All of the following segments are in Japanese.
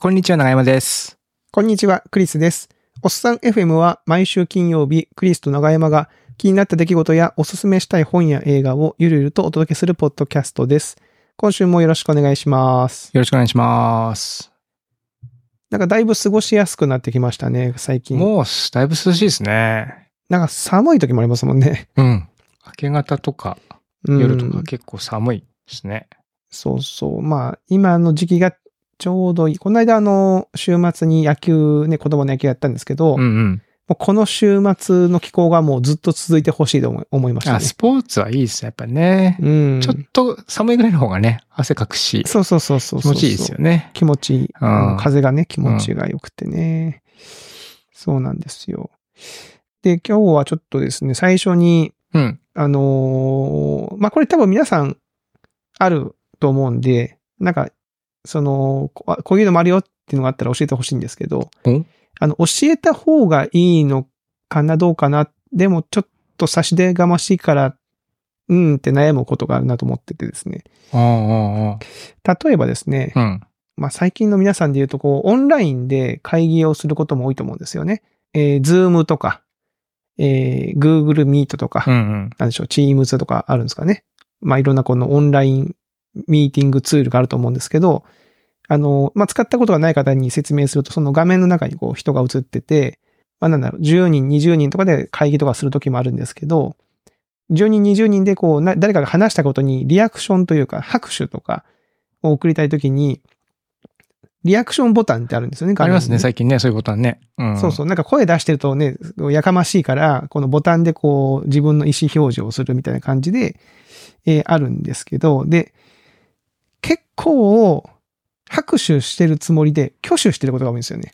こんにちは、長山です。 こんにちは、クリスです。おっさん FM は毎週金曜日、クリスと長山が気になった出来事やおすすめしたい本や映画をゆるゆるとお届けするポッドキャストです。今週もよろしくお願いします。 よろしくお願いします。 なんかだいぶ過ごしやすくなってきましたね、最近。 もうだいぶ涼しいですね。 なんか寒い時もありますもんね。 うん。明け方とか夜とか結構寒いですね。 そうそう。まあ、今の時期がちょうどいい。この間週末に野球ね、子供の野球やったんですけど、もうこの週末の気候がもうずっと続いてほしいと思いましたね。 スポーツはいいですね、やっぱね。ちょっと寒いぐらいの方がね、汗かくし。 そう。気持ちいいですよね。 気持ちいい。風がね、気持ちが良くてね。そうなんですよ。で、今日はちょっとですね、最初に、まあ、これ多分皆さんあると思うんで、なんか、こういうのもあるよっていうのがあったら教えてほしいんですけど、教えた方がいいのかな、どうかな、でもちょっと差し出がましいから、って悩むことがあるなと思っててですね。例えばですね、まあ最近の皆さんで言うと、オンラインで会議をすることも多いと思うんですよね。Zoom とか、Google Meet とか、なんでしょう、Teams とかあるんですかね。まあいろんなこのオンラインミーティングツールがあると思うんですけど、まあ、使ったことがない方に説明すると、その画面の中に人が映ってて、まあ、10人、20人とかで会議とかするときもあるんですけど、10人、20人で誰かが話したことにリアクションというか、拍手とかを送りたいときに、リアクションボタンってあるんですよね、 ありますね、最近ね、そういうボタンね。 そう。なんか声出してるとね、やかましいから、このボタンで自分の意思表示をするみたいな感じで、あるんですけど、で、結構、拍手してるつもりで挙手してることが多いんですよね。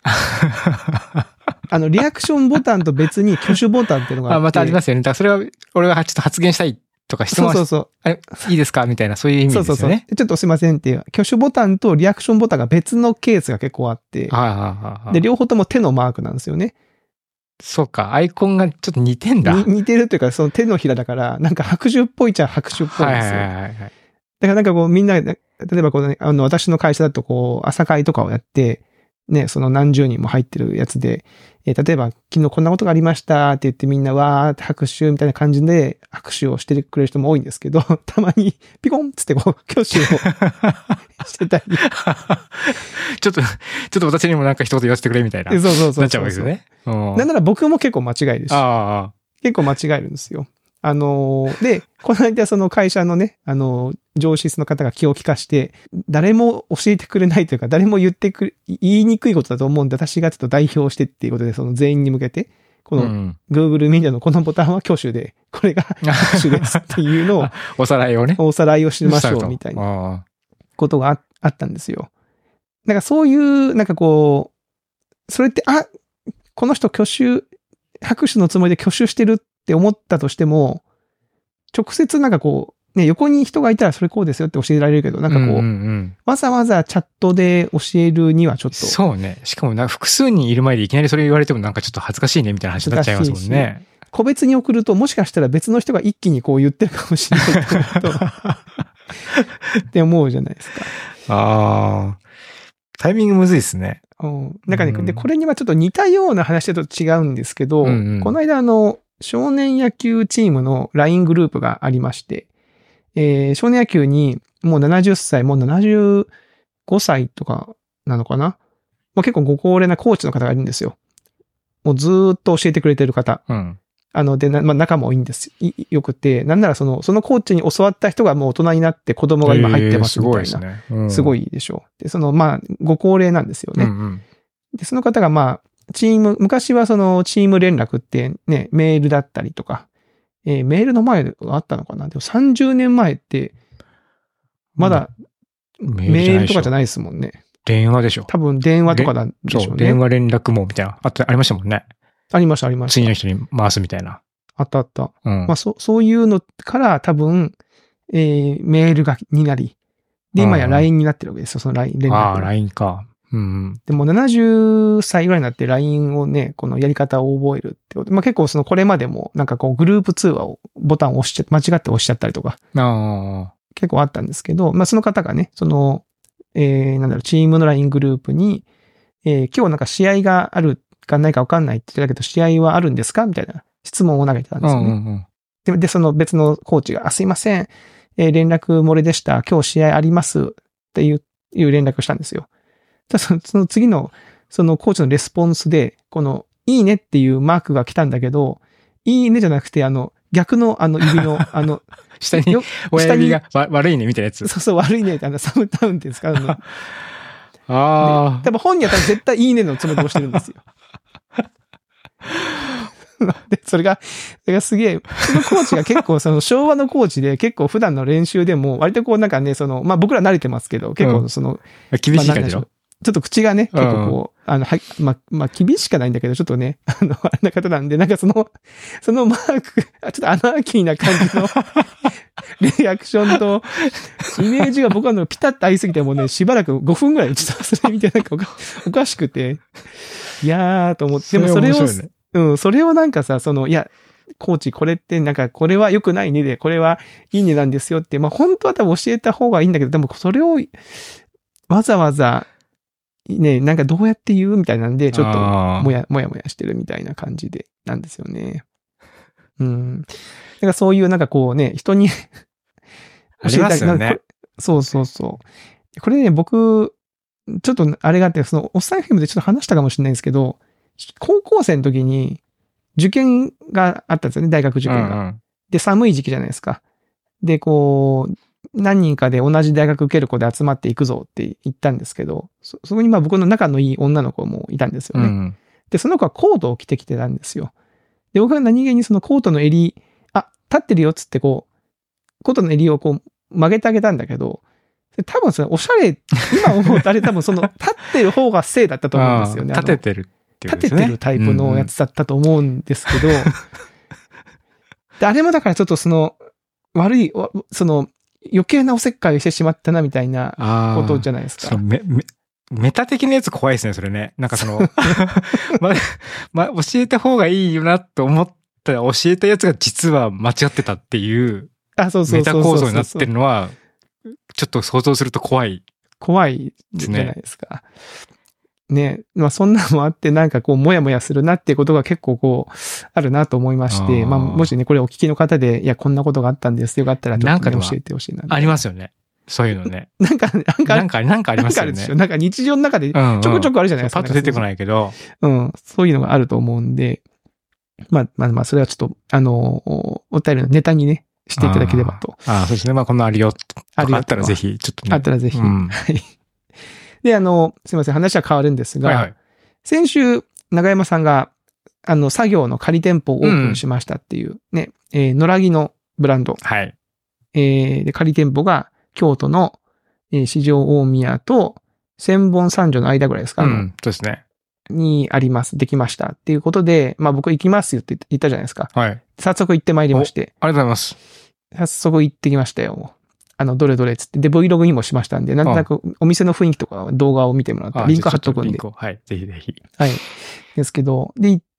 リアクションボタンと別に挙手ボタンっていうのがあって。 またありますよね。だからそれは、俺がちょっと発言したいとか質問いいですかみたいな、そういう意味ですよね。 そう。ちょっとすいませんっていう。挙手ボタンとリアクションボタンが別のケースが結構あって。で、両方とも手のマークなんですよね。 そうか、アイコンがちょっと似てんだ。 似てるというか、その手のひらだから、なんか拍手っぽいっちゃ拍手っぽいんですよ。だからなんかみんな、例えば私の会社だと朝会とかをやって、ね、その何十人も入ってるやつで、例えば昨日こんなことがありましたって言ってみんなわーって拍手みたいな感じで拍手をしてくれる人も多いんですけど、たまにピコンつって挙手をしてたり。 ちょっと私にもなんか一言言わせてくれみたいな。 そう。 なっちゃうんですよね。 なんなら僕も結構間違いですし。結構間違えるんですよ。で、この間その会社のね、上司の方が気を利かして、誰も教えてくれないというか、誰も言いにくいことだと思うんで、私がちょっと代表してっていうことで、その全員に向けて、この Google Media のこのボタンは挙手で、これが拍手ですっていうのを、 おさらいをしましょうみたいなことがあったんですよ。なんかそういう、それって、この人拍手のつもりで挙手してるって思ったとしても、直接横に人がいたらそれこうですよって教えられるけど、わざわざチャットで教えるにはちょっと。 そうね。しかも複数人いる前でいきなりそれ言われてもなんかちょっっと恥ずかしいねみたいな話になっちゃいますもんね。 個別に送るともしかしたら別の人が一気に言ってるかもしれないって思うじゃないですか。 タイミングむずいですね。 で、これにはちょっと似たような話と違うんですけど、この間少年野球チームの LINE グループがありまして、少年野球にもう70歳、もう75歳とかなのかな、結構ご高齢なコーチの方がいるんですよ。もうずーっと教えてくれてる方。で、仲もいいんです。よくて、なんならそのコーチに教わった人がもう大人になって子供が今入ってますみたいな。すごいですね。すごいでしょう。で、ご高齢なんですよね。で、その方が昔はそのチーム連絡ってね、メールだったりとか、メールの前があったのかな。でも30年前って、まだメールとかじゃないですもんね。 電話でしょ。 多分電話とかなんでしょうね。そう、 電話連絡網みたいな、ありましたもんね。 ありました。 次の人に回すみたいな。 あった。そういうのから多分、メールになり、で、今や LINE になってるわけですよ、その LINE 連絡。 LINE か。 でも70歳ぐらいになって LINE をね、このやり方を覚えるってこと。結構これまでもグループ通話をボタンを間違って押しちゃったりとか。結構あったんですけど、その方がね、 なんだろう、チームの LINE グループに、今日なんか試合があるかないか分かんないって言ってたけど、試合はあるんですかみたいな質問を投げてたんですよね。で、その別のコーチが、すいません、連絡漏れでした。今日試合ありますっていう連絡をしたんですよ。その次の、そのコーチのレスポンスで、この、いいねっていうマークが来たんだけど、いいねじゃなくて、逆の指の、 下に、親指が悪いねみたいなやつ。 そう、悪いねって、サムタウンっていうんですか、 ああ。 多分本人は絶対いいねのつもりをしてるんですよ。で、それがすげえ、そのコーチが結構昭和のコーチで結構普段の練習でも割とこうなんかね、まあ僕ら慣れてますけど、結構厳しい感じの、 ちょっと口がね、結構こう、まあ厳しかないんだけど、ちょっとね、あれな方なんで、なんかそのマーク、ちょっとアナーキーな感じのリアクションと、イメージが僕はピタッと合いすぎてもね、しばらく5分ぐらいちょっとそれ見てなんかおかしくて、いやーと思って、でもそれを、それをなんかさ、いや、コーチこれってなんかこれは良くないねで、これはいいねなんですよって、まあ本当は多分教えた方がいいんだけど、でもそれをわざわざ、ね、なんかどうやって言うみたいなんで、ちょっともやもやしてるみたいな感じで、なんですよね。だからそういうなんかこうね、人に教えたり、ね、 そう。これね、僕、ちょっとあれがあって、おっさん FM でちょっと話したかもしれないんですけど、高校生の時に受験があったんですよね、大学受験が。で、寒い時期じゃないですか。で、こう、何人かで同じ大学受ける子で集まっていくぞって言ったんですけど、そこにまあ僕の仲のいい女の子もいたんですよね。で、その子はコートを着てきてたんですよ。で、僕は何気にそのコートの襟、立ってるよっつってこう、コートの襟をこう曲げてあげたんだけど、多分おしゃれ、今思うとあれ多分立ってる方が正だったと思うんですよね。 立ててるっていう、 ね。立ててるタイプのやつだったと思うんですけど、であれもだからちょっと悪い、余計なおせっかいをしてしまったなみたいなことじゃないですか。 メタ的なやつ怖いですね、それね。なんか教えた方がいいよなと思ったら教えたやつが実は間違ってたっていう、メタ構造になってるのは、ちょっと想像すると怖い。 怖いじゃないですか。ね。まあそんなのもあって、なんかこう、もやもやするなっていうことが結構こう、あるなと思いまして、まあもしね、これお聞きの方で、いや、こんなことがあったんです。よかったらちょっと、ね、教えてほしいな。 ありますよね。そういうのね。 なんかありますよね。 なんか日常の中でちょくちょくあるじゃないですか。 パッと出てこないけど。 そういうのがあると思うんで、まあ、それはちょっと、お便りのネタにね、していただければと。 そうですね。まあ、こんなあるよ。あったらぜひ、ちょっとね。 あったらぜひ。はい。で、すいません、話は変わるんですが、先週、長山さんが、作業の仮店舗をオープンしましたっていうね、野良着のブランド。 はい。 で、仮店舗が、京都の、四条大宮と千本三条の間ぐらいですか？ そうですね。 にあります。できました。っていうことで、まあ僕行きますよって言ったじゃないですか。 はい。 早速行ってまいりまして。 ありがとうございます。 早速行ってきましたよ。どれどれっつって。で、Vlog にもしましたんで、なんとなくお店の雰囲気とか動画を見てもらって、リンク貼っとくんで。 はい。ぜひぜひ。 はい。ですけど、で、行って、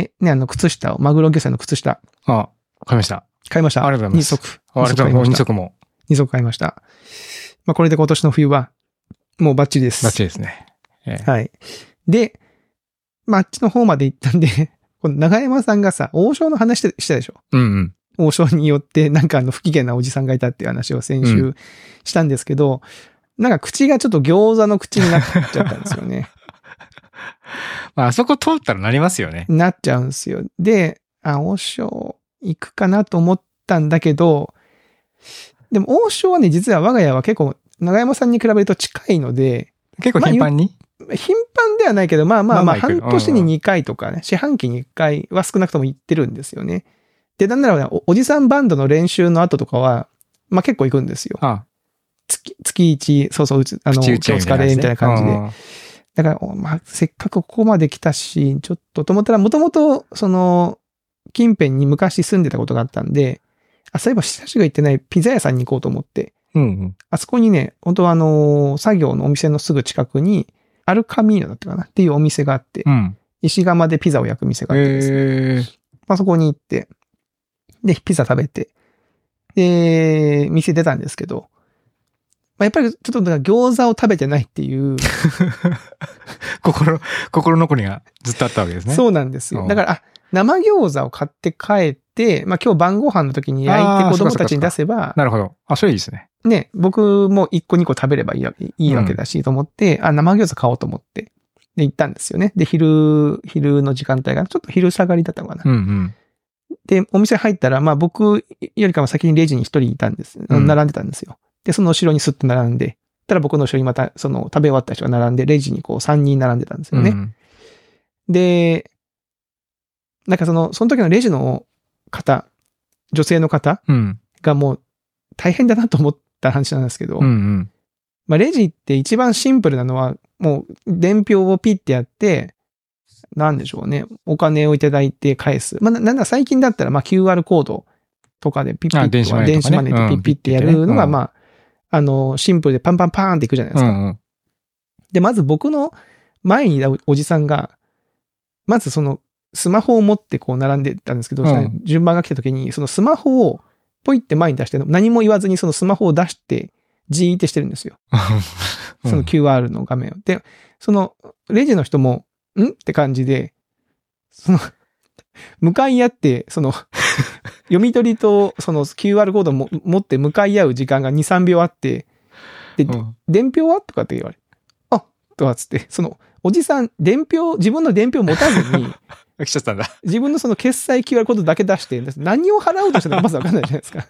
ね、靴下を、マグロ漁船の靴下。 買いました。 買いました。 ありがとうございます。 2足。 ありがとうございます。2足も。 2足買いました。まあ、これで今年の冬は、もうバッチリです。 バッチリですね。 はい。で、まあ、あっちの方まで行ったんで、この長山さんがさ、王将の話したでしょ。王将によって、なんか不機嫌なおじさんがいたっていう話を先週したんですけど、なんか口がちょっと餃子の口になっちゃったんですよね。 まあ、あそこ通ったらなりますよね。 なっちゃうんですよ。で、王将行くかなと思ったんだけど、でも王将はね、実は我が家は結構、長山さんに比べると近いので、 結構頻繁に、 頻繁ではないけど、まあ、半年に2回とかね、四半期に1回は少なくとも行ってるんですよね。で、なんならおじさんバンドの練習の後とかは、まあ結構行くんですよ。月1、そう、今日お疲れみたいな感じで。だから、まあ、せっかくここまで来たし、ちょっと思ったら、もともと、近辺に昔住んでたことがあったんで、そういえば久しく行ってないピザ屋さんに行こうと思って、あそこにね、本当作業のお店のすぐ近くに、アルカミーノだったかなっていうお店があって、石窯でピザを焼く店があってですね。まあそこに行って、で、ピザ食べて、で、店出たんですけど、 やっぱりちょっとだから餃子を食べてないっていう。 心残りがずっとあったわけですね。 そうなんですよ。だから、生餃子を買って帰って、今日晩ご飯の時に焼いて子供たちに出せば。 なるほど。それいいですね。 ね、僕も1個2個食べればいいわけだし、と思って、生餃子買おうと思って。で、行ったんですよね。で、昼の時間帯が、ちょっと昼下がりだったのかな。 うんうん。 で、お店入ったら、僕よりかは先にレジに一人いたんです。並んでたんですよ。で、その後ろにスッと並んで、たら僕の後ろにまた、食べ終わった人が並んで、レジにこう3人並んでたんですよね。で、なんかその時のレジの方、女性の方がもう大変だなと思った話なんですけど、レジって一番シンプルなのは、もう伝票をピッてやって、なんでしょうね。お金をいただいて返す。なんだ最近だったらQR コードとかでピッピッと電子マネーでピッピッてやるのがシンプルでパンパンパーンっていくじゃないですか。で、まず僕の前にいたおじさんが、まずそのスマホを持ってこう並んでたんですけど、順番が来た時に、そのスマホをポイって前に出して、何も言わずにそのスマホを出して、じーってしてるんですよ。その QR の画面を。で、そのレジの人も、んって感じで、向かい合って、読み取りとその QR コードを持って向かい合う時間が2、3秒あって、で、伝票はとかって言われ、とかつって、おじさん、自分の伝票持たずに、 来ちゃったんだ。 自分のその決済 QR コードだけ出して、何を払おうとしたのかまずわかんないじゃないですか。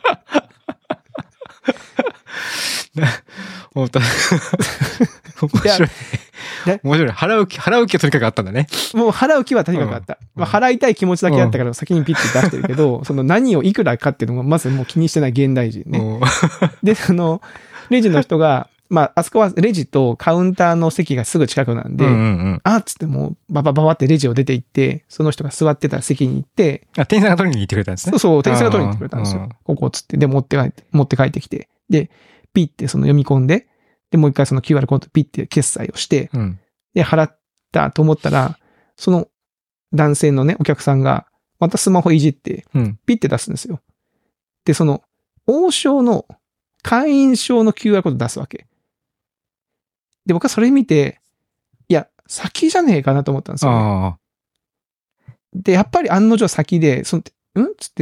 面白い。面白い。払う気はとにかくあったんだね。 もう払う気はとにかくあった。払いたい気持ちだけあったから先にピッて出してるけど、何をいくらかっていうのがまずもう気にしてない現代人ね。で、レジの人が、あそこはレジとカウンターの席がすぐ近くなんで、っつってもうババババってレジを出て行って、その人が座ってた席に行って、 店員さんが取りに行ってくれたんですね。 そう、店員さんが取りに行ってくれたんですよ。ここっつって、で、持って帰ってきて、で、ピッて読み込んで、で、もう一回その QR コードピッて決済をして、で、払ったと思ったら、その男性のね、お客さんが、またスマホいじって、ピッて出すんですよ。で、王将の会員証の QR コード出すわけ。で、僕はそれ見て、いや、先じゃねえかなと思ったんですよ、ね。で、やっぱり案の定先で、つって、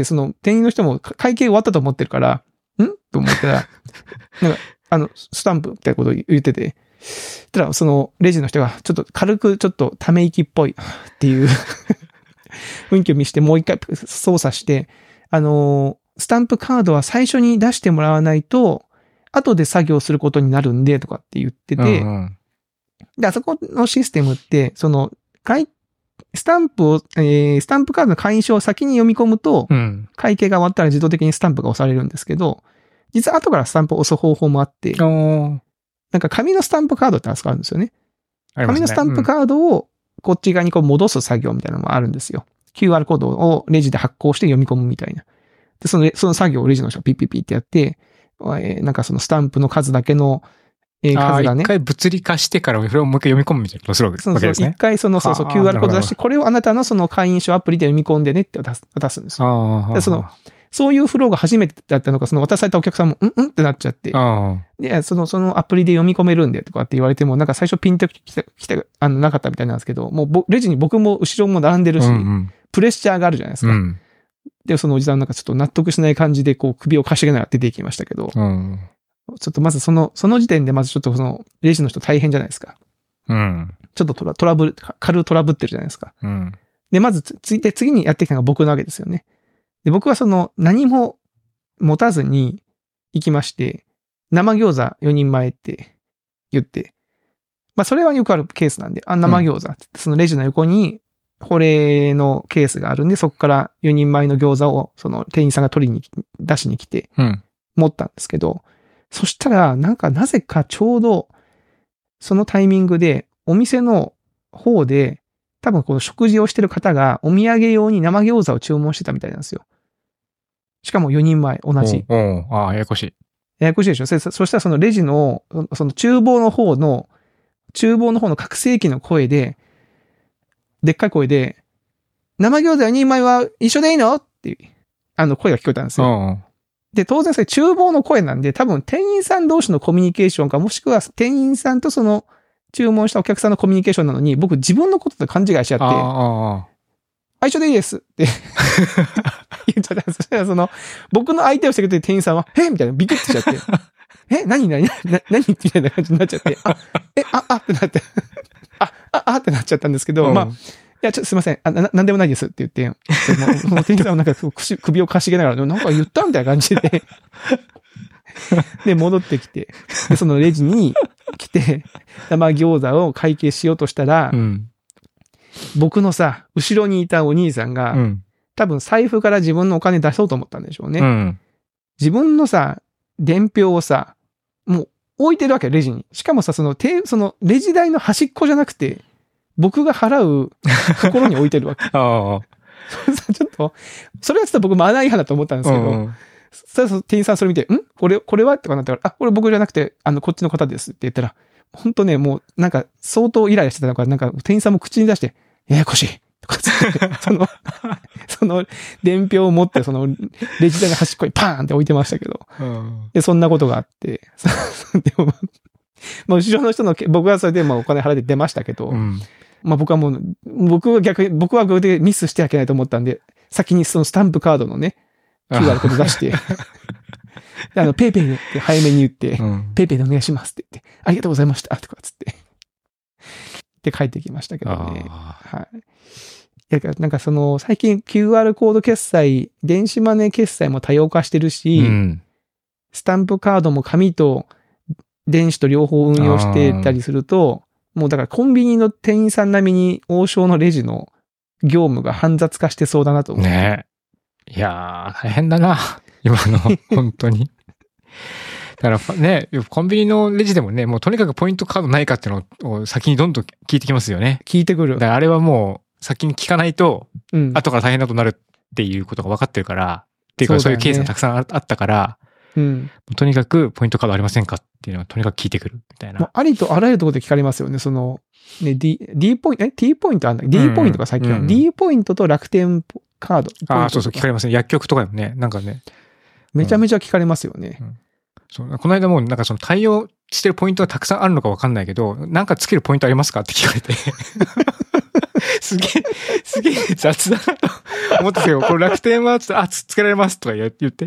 店員の人も会計終わったと思ってるから、と思ったら、なんか、スタンプみたいなことを言ってて、たら、レジの人が、ちょっと軽く、ちょっとため息っぽいっていう雰囲気を見せて、もう一回操作して、スタンプカードは最初に出してもらわないと、後で作業することになるんで、とかって言ってて、で、あそこのシステムって、スタンプカードの会員証を先に読み込むと、会計が終わったら自動的にスタンプが押されるんですけど、実は後からスタンプを押す方法もあって、なんか紙のスタンプカードってあそこあるんですよね。紙のスタンプカードをこっち側にこう戻す作業みたいなのもあるんですよ。QR コードをレジで発行して読み込むみたいな。で、その作業をレジの人がピッピッピッってやって、なんかそのスタンプの数だけの数がね。 一回物理化してからそれをもう一回読み込むみたいなことするわけですね。 一回QR コード出して、これをあなたのその会員証アプリで読み込んでねって渡すんですよ。そういうフローが初めてだったのか、渡されたお客さんも、ってなっちゃって。で、そのアプリで読み込めるんでとかって言われても、なんか最初ピンと来てなかったみたいなんですけど、もうレジに僕も後ろも並んでるし、プレッシャーがあるじゃないですか。で、そのおじさんなんかちょっと納得しない感じで、こう首をかしげながら出ていきましたけど、ちょっとまずその時点でまずちょっとレジの人大変じゃないですか。ちょっと軽トラブってるじゃないですか。で、まず次にやってきたのが僕なわけですよね。で、僕は何も持たずに行きまして、生餃子4人前って言って、それはよくあるケースなんで、生餃子ってそのレジの横に保冷のケースがあるんで、そこから4人前の餃子を店員さんが出しに来て、持ったんですけど、そしたら、なぜかちょうど、そのタイミングで、お店の方で、多分この食事をしてる方が、お土産用に生餃子を注文してたみたいなんですよ。しかも4人前、同じ。 ややこしい。 ややこしいでしょ。そしたらそのレジの、その厨房の方の拡声器の声で、でっかい声で、生餃子4人前は一緒でいいのって、声が聞こえたんですよ。 で、当然それ厨房の声なんで、多分店員さん同士のコミュニケーションか、もしくは店員さんとその注文したお客さんのコミュニケーションなのに、僕自分のことと勘違いしちゃって、一緒でいいですって言っちゃったんです。そしたらその、僕の相手をしてくれてる店員さんは、みたいなビクッとしちゃって、何みたいな感じになっちゃって、ってなって、ってなっちゃったんですけど、まあ、いや、ちょっとすいません。なんでもないですって言って、その店員さんはなんか首をかしげながら、なんか言ったみたいな感じで、で、戻ってきて、で、そのレジに来て、生餃子を会計しようとしたら、僕のさ、後ろにいたお兄さんが、多分財布から自分のお金出そうと思ったんでしょうね。自分のさ、伝票をさ、もう置いてるわけ、レジに。しかもさ、そのレジ台の端っこじゃなくて、僕が払うところに置いてるわけ。ちょっと、それはちょっと僕マナー違反だと思ったんですけど、そしたら店員さんそれ見て、これはとかなったから、これ僕じゃなくて、こっちの方ですって言ったら、本当ね、もうなんか相当イライラしてたのか、なんか店員さんも口に出して、ややこしいとかつって、その伝票を持って、そのレジ台の端っこにパーンって置いてましたけど、で、そんなことがあって、でも、まあ、後ろの人の、僕はそれでお金払って出ましたけど、まあ僕は僕はこれでミスしてはいけないと思ったんで、先にそのスタンプカードのね、QR コード出して、ペイペイでって早めに言って、ペイペイでお願いしますって言って、ありがとうございましたとかつって。で帰ってきましたけどね。はい。なんかその、最近 QR コード決済、電子マネー決済も多様化してるし、スタンプカードも紙と電子と両方運用してたりすると、もうだからコンビニの店員さん並みに王将のレジの業務が煩雑化してそうだなと思う。 ねえ。いやー、大変だな。今の、本当に。だからね、コンビニのレジでもね、もうとにかくポイントカードないかっていうのを先にどんどん聞いてきますよね。 聞いてくる。 だからあれはもう先に聞かないと、後から大変なことになるっていうことが分かってるから、っていうかそういうケースがたくさんあったから、とにかくポイントカードありませんかっていうのはとにかく聞いてくるみたいな。 ありとあらゆるところで聞かれますよね。その、ね、D ポイント、T ポイントあんだ ?D ポイントが最近は、D ポイントと楽天カード。 そう聞かれますね。薬局とかでもね、なんかね。 めちゃめちゃ聞かれますよね。 そうこの間もなんかその対応してるポイントがたくさんあるのかわかんないけど、なんかつけるポイントありますかって聞かれて。すげえ雑だなと思ったけど、これ楽天はつけられますとか言って。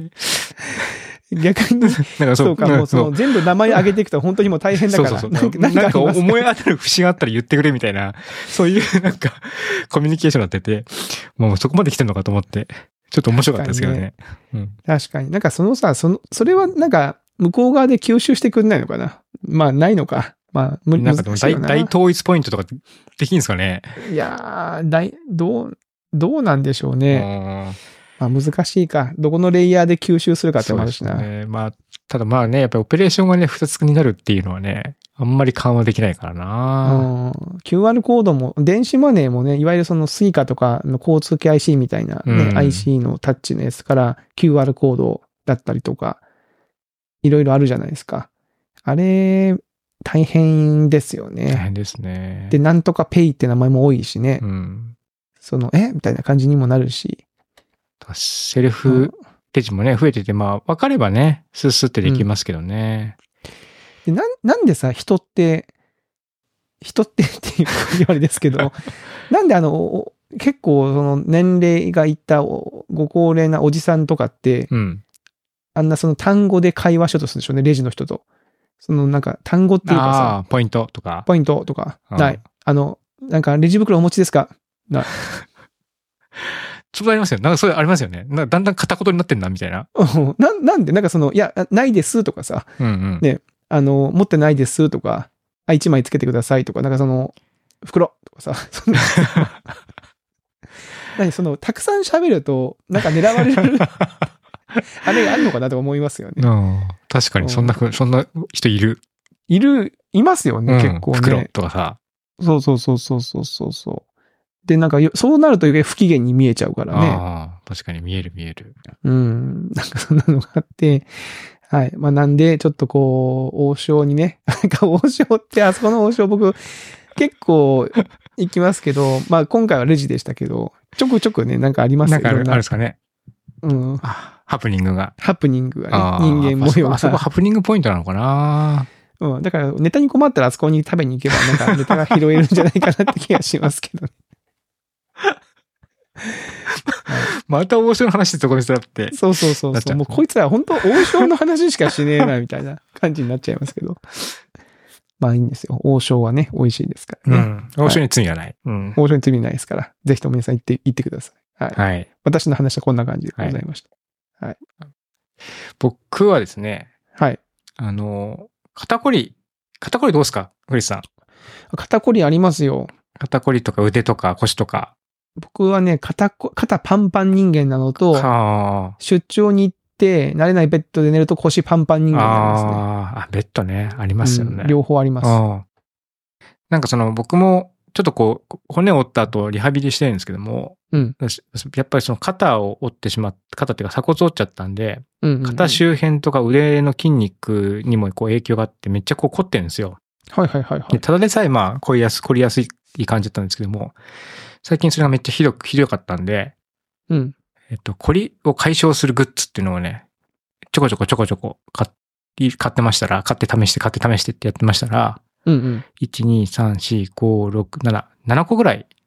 逆に、そうか、もうその全部名前上げていくと本当にもう大変だから。 なんか思い当たる節があったら言ってくれみたいな、そういうなんかコミュニケーションになってて、もうそこまで来てるのかと思って、ちょっと面白かったですけどね。 確かに。なんかそれはなんか向こう側で吸収してくれないのかな。まあないのか。まあ無理なんかでも大統一ポイントとかできるんですかね。 いやー、どうなんでしょうね。まあ難しいか。どこのレイヤーで吸収するかってもあるしな。 そうですね。まあ、ただまあね、やっぱりオペレーションがね、複雑になるっていうのはね、あんまり緩和できないからな。 QR コードも、電子マネーもね、いわゆるそのスイカとかの交通系 IC みたいなね、IC のタッチのやつから QR コードだったりとか、いろいろあるじゃないですか。あれ、大変ですよね。 大変ですね。 で、なんとかペイって名前も多いしね。その、みたいな感じにもなるし。 セルフレジもね、増えてて、まあ、分かればね、スッスってできますけどね。 でなんでさ、人ってっていうあれですけど、なんで結構その年齢がいったご高齢なおじさんとかって、あんなその単語で会話しようとするんでしょうね、レジの人と。そのなんか単語っていうかさ。 ポイントとか。 ない。なんかレジ袋お持ちですかない。 ちょっとありますよ。なんかそれありますよね。なんかだんだん片言になってんな、みたいな。 なんで、なんかその、いや、ないですとかさ。ね、持ってないですとか、1枚つけてくださいとか、なんかその、袋とかさ。たくさん喋ると、なんか狙われる、あれがあるのかなと思いますよね。 確かに、そんな人いる。 いますよね、結構ね。 袋とかさ。 そう。で、なんか、そうなると余計不機嫌に見えちゃうからね。 確かに見える。 なんかそんなのがあって、はい。まあなんで、ちょっとこう、王将にね、なんか王将って、あそこの王将僕、結構行きますけど、まあ今回はレジでしたけど、ちょくちょくね、なんかありますよね。 なんかあるんですかね。 ハプニングが。 ハプニングがね、人間模様が。 あそこハプニングポイントなのかな。 うん。だからネタに困ったらあそこに食べに行けばなんかネタが拾えるんじゃないかなって気がしますけどね。 また王将の話ってとこですだって。 そう。もうこいつら本当王将の話しかしねえなみたいな感じになっちゃいますけど。まあいいんですよ。王将はね、美味しいですからね。 王将に罪はない。 王将に罪ないですから。ぜひとも皆さん行ってください。はい。 はい。 私の話はこんな感じでございました。はい。 僕はですね。 はい。 肩こりどうですかフリスさん。 肩こりありますよ。 肩こりとか腕とか腰とか。 僕はね、肩パンパン人間なのと、出張に行って慣れないベッドで寝ると腰パンパン人間になりますね。 ベッドね。ありますよね。 両方あります。 なんか僕も、ちょっと骨を折った後リハビリしてるんですけども、やっぱり肩を折ってしまって、肩っていうか鎖骨折っちゃったんで、肩周辺とか腕の筋肉にも影響があってめっちゃ凝ってるんですよ。 はい。 ただでさえ凝りやすい感じだったんですけども、最近それがめっちゃひどかったんで、凝りを解消するグッズっていうのをね、ちょこちょこ買ってましたら、買って試してってやってましたら、1、2、3、4、5、6、7個ぐらい。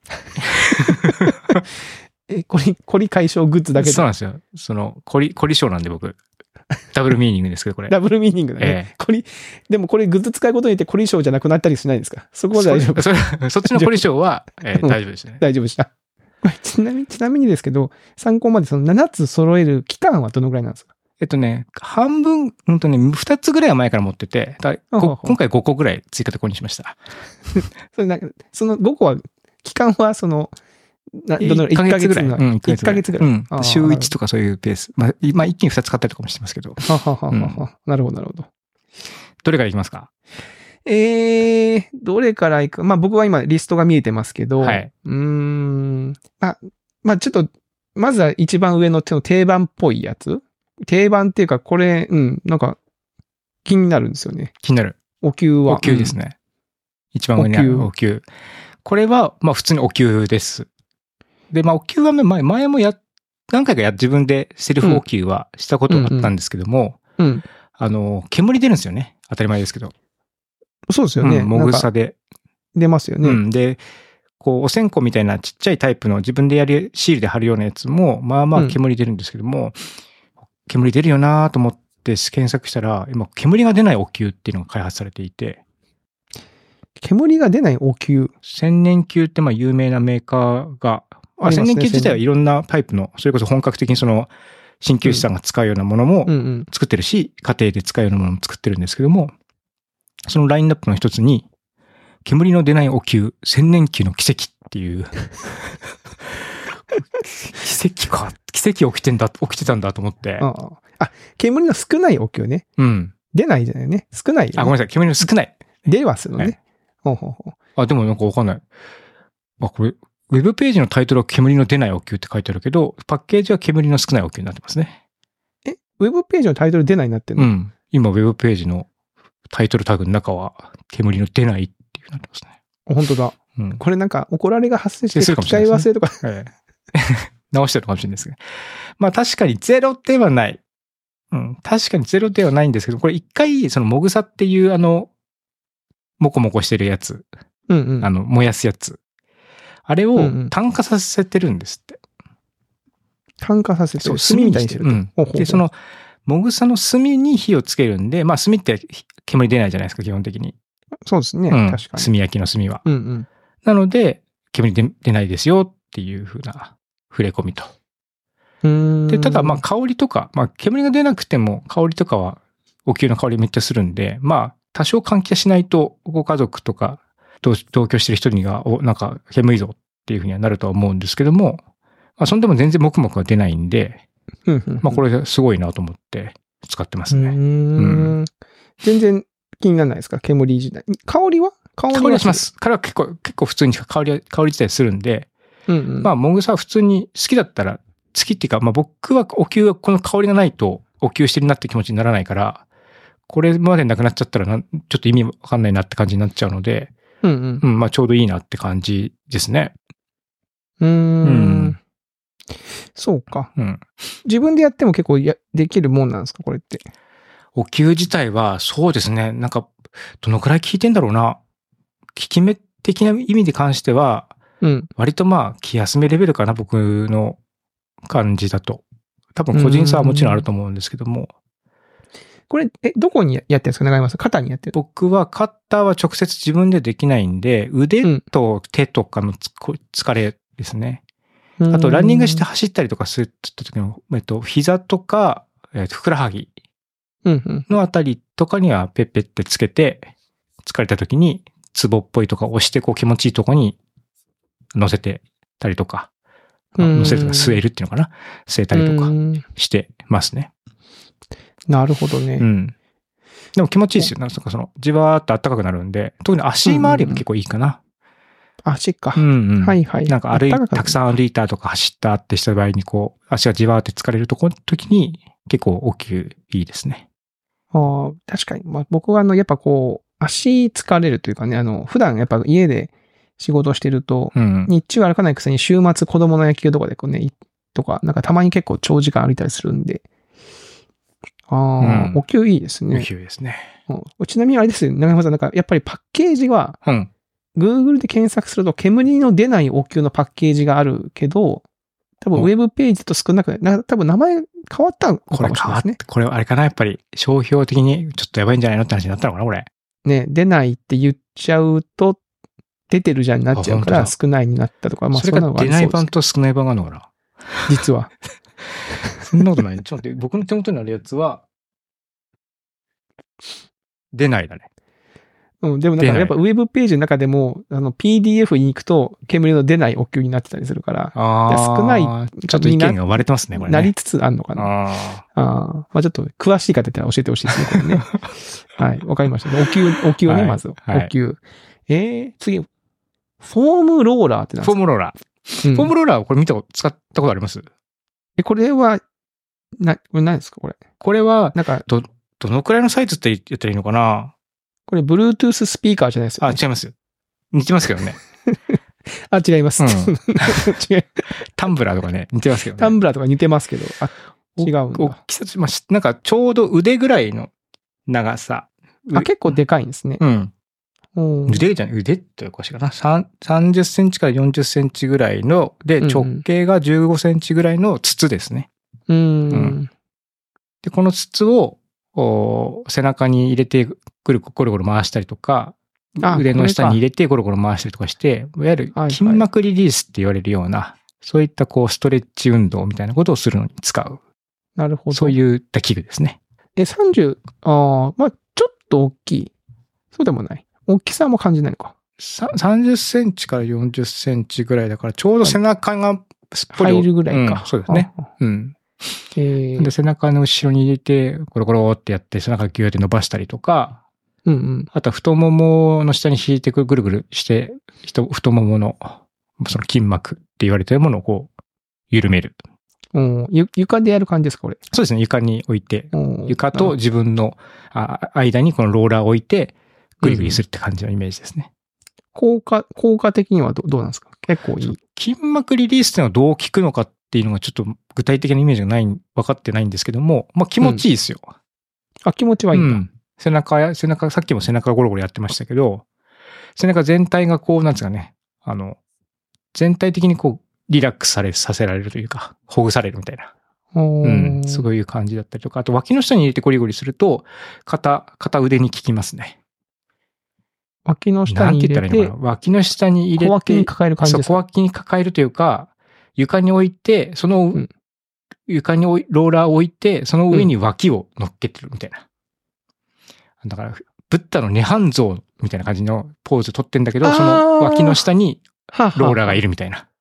凝り解消グッズだけで。 そうなんですよ。凝り性なんで僕。ダブルミーニングですけど、これ。 ダブルミーニングだね。でもこれグッズ使うことによって凝り性じゃなくなったりしないんですか？そこは大丈夫。 そっちの凝り性は、大丈夫ですね。 大丈夫でした。ちなみにですけど、参考まで7つ揃える期間はどのぐらいなんですか？ 半分、2つぐらいは前から持ってて、今回5個ぐらい追加で購入しました。 その5個は、期間は 1ヶ月ぐらい。 1ヶ月ぐらい。 週1とかそういうペース。まあ、一気に2つ買ったりとかもしてますけど。 なるほど。 どれからいきますか？ どれからいく？まあ僕は今リストが見えてますけど、 はい。 まあちょっと、まずは一番上の定番っぽいやつ？定番っていうか、これ、なんか、気になるんですよね。 気になる。 お灸は。 お灸ですね。一番上にあるお灸。これは、普通にお灸です。で、お灸は前も何回か自分でセルフお灸はしたことがあったんですけども、煙出るんですよね。当たり前ですけど。 そうですよね。 もぐさで。 出ますよね。 で、お線香みたいなちっちゃいタイプの自分でシールで貼るようなやつも、煙出るんですけども、煙出るよなーと思って検索したら、今、煙が出ないお灸っていうのが開発されていて。 煙が出ないお灸？ 千年灸って有名なメーカーが、千年灸自体はいろんなタイプの、それこそ本格的に鍼灸師さんが使うようなものも作ってるし、家庭で使うようなものも作ってるんですけども、そのラインナップの一つに、煙の出ないお灸、千年灸の奇跡っていう。奇跡起きてたんだと思って。 煙の少ないお灸ね。出ないじゃないね。少ないよね。 ごめんなさい。煙の少ない。 出はするのね。 でもなんかわかんない。これ、ウェブページのタイトルは煙の出ないお灸って書いてあるけど、パッケージは煙の少ないお灸になってますね。 ウェブページのタイトル出ないになってるの？ 今、ウェブページのタイトルタグの中は、煙の出ないっていうなってますね。 本当だ。これなんか怒られが発生して機械忘れとか。 直してるかもしれないですけど。確かにゼロではない。確かにゼロではないんですけど、これ一回、もぐさっていうもこもこしてるやつ。燃やすやつ。あれを炭化させてるんですって。 炭化させてる？ 炭みたいにしてる。で、もぐさの炭に火をつけるんで、炭って煙出ないじゃないですか、基本的に。 そうですね。確かに。 炭焼きの炭は。なので、煙出ないですよっていう風な触れ込みと。で、ただ香りとか、煙が出なくても香りとかはお灸の香りめっちゃするんで、多少換気しないとご家族とか同居してる人にが、なんか煙いぞっていう風にはなるとは思うんですけども、そんでも全然もくもくは出ないんで、これすごいなと思って使ってますね。 全然気にならないですか？煙自体。香りはします。香りは結構普通に香り自体するんで、もぐさは普通に好きだったら、好きっていうか、僕はお灸はこの香りがないとお灸してるなって気持ちにならないから、これまでなくなっちゃったらちょっと意味わかんないなって感じになっちゃうので、ちょうどいいなって感じですね。 そうか。 うん。 自分でやっても結構できるもんなんですか、これって。 お灸自体は、そうですね。なんか、どのくらい効いてんだろうな。効き目的な意味で関しては、 うん。 割とまあ、気休めレベルかな、僕の感じだと。多分個人差はもちろんあると思うんですけども。 これ、どこにやってるんですか、長山さん。肩にやってる？ 僕は肩は直接自分でできないんで、腕と手とかの疲れですね。あと、ランニングして走ったりとかする時の、膝とか、ふくらはぎのあたりとかにはペッペってつけて、疲れた時にツボっぽいとか押してこう気持ちいいとこに乗せてたりとか、乗せるとか据えるっていうのかな、据えたりとかしてますね。 なるほどね。 うん。でも気持ちいいですよ。なんかその、じわーっと暖かくなるんで、特に足回りが結構いいかな。 足か。 うんうん。 はいはい。 なんかたくさん歩いたとか走ったってした場合にこう、足がじわーって疲れる時に結構お灸いいですね。 ああ、確かに。まあ、僕はやっぱこう、足疲れるというかね、普段やっぱ家で仕事してると、日中歩かないくせに週末子供の野球とかでこうね、とか、なんかたまに結構長時間歩いたりするんで、お灸いいですね。 お灸ですね。 ちなみにあれですよ、長山さん、なんかやっぱりパッケージは、Google で検索すると煙の出ないお灸のパッケージがあるけど、多分ウェブページと少なくない、多分名前変わったのかもしれないですね。 これあれかな、やっぱり商標的にちょっとやばいんじゃないのって話になったのかな、これ。 ね、出ないって言っちゃうと、出てるじゃんになっちゃうから少ないになったとか、 まあそれが出ない版と少ない版があるのかな。 実は。 そんなことない。ちょっと待って、僕の手元にあるやつは、出ないだね。 うん、でもなんかやっぱウェブページの中でも、PDF に行くと煙の出ないお灸になってたりするから、少ない。 ちょっと意見が割れてますね、これね。 なりつつあんのかな。まあちょっと詳しい方いたら教えてほしいですね、これね。はい、わかりました。お灸ね、まず。お灸。次、フォームローラーって何ですか？ フォームローラー。フォームローラー、これ使ったことあります？ これは、これ何ですか、これ。 これは、なんか、どのくらいのサイズって言ったらいいのかな？ これ、Bluetooth スピーカーじゃないですよ、ね。 違います。似てますけどね。 違います。 違う。タンブラーとかね、似てますけどね。 タンブラーとか似てますけど、違うんだ。 大きさ、なんかちょうど腕ぐらいの長さ。 結構でかいんですね。腕じゃない、腕っておかしいかな。30センチから40センチぐらいの、で、直径が15センチぐらいの筒ですね。で、この筒を、背中に入れてゴロゴロ回したりとか、腕の下に入れてゴロゴロ回したりとかして、いわゆる筋膜リリースって言われるような、そういったこうストレッチ運動みたいなことをするのに使う。 なるほど。 そういった器具ですね。 30、まあちょっと大きい。そうでもない。大きさも感じないのか。 30センチから40センチぐらいだから、ちょうど背中がすっぽり入るぐらいか。 そうですね。で、背中の後ろに入れて、ゴロゴロってやって、背中ギューって伸ばしたりとか、あとは太ももの下に引いてぐるぐるして、太ももの、その筋膜って言われているものをこう、緩める。 床でやる感じですか、これ。 そうですね、床に置いて、床と自分の間にこのローラーを置いて、グリグリするって感じのイメージですね。 効果的にはどうなんですか？結構いい。 筋膜リリースっていうのはどう効くのかっていうのがちょっと具体的なイメージが分かってないんですけども、まあ気持ちいいですよ。 気持ちはいいんだ。 背中、さっきも背中ゴロゴロやってましたけど、背中全体がこう、なんですかね、全体的にこう、リラックスさせられるというか、ほぐされるみたいな。そういう感じだったりとか、あと脇の下に入れてゴリゴリすると、片腕に効きますね。 脇の下に入れて。なんて言ったらいいのかな。 脇の下に入れて。 小脇に抱える感じですか？ 小脇に抱えるというか、床に置いて、その、床にローラーを置いて、その上に脇を乗っけてるみたいな。だから、ブッダの涅槃像みたいな感じのポーズ取ってんだけど、その脇の下にローラーがいるみたいな。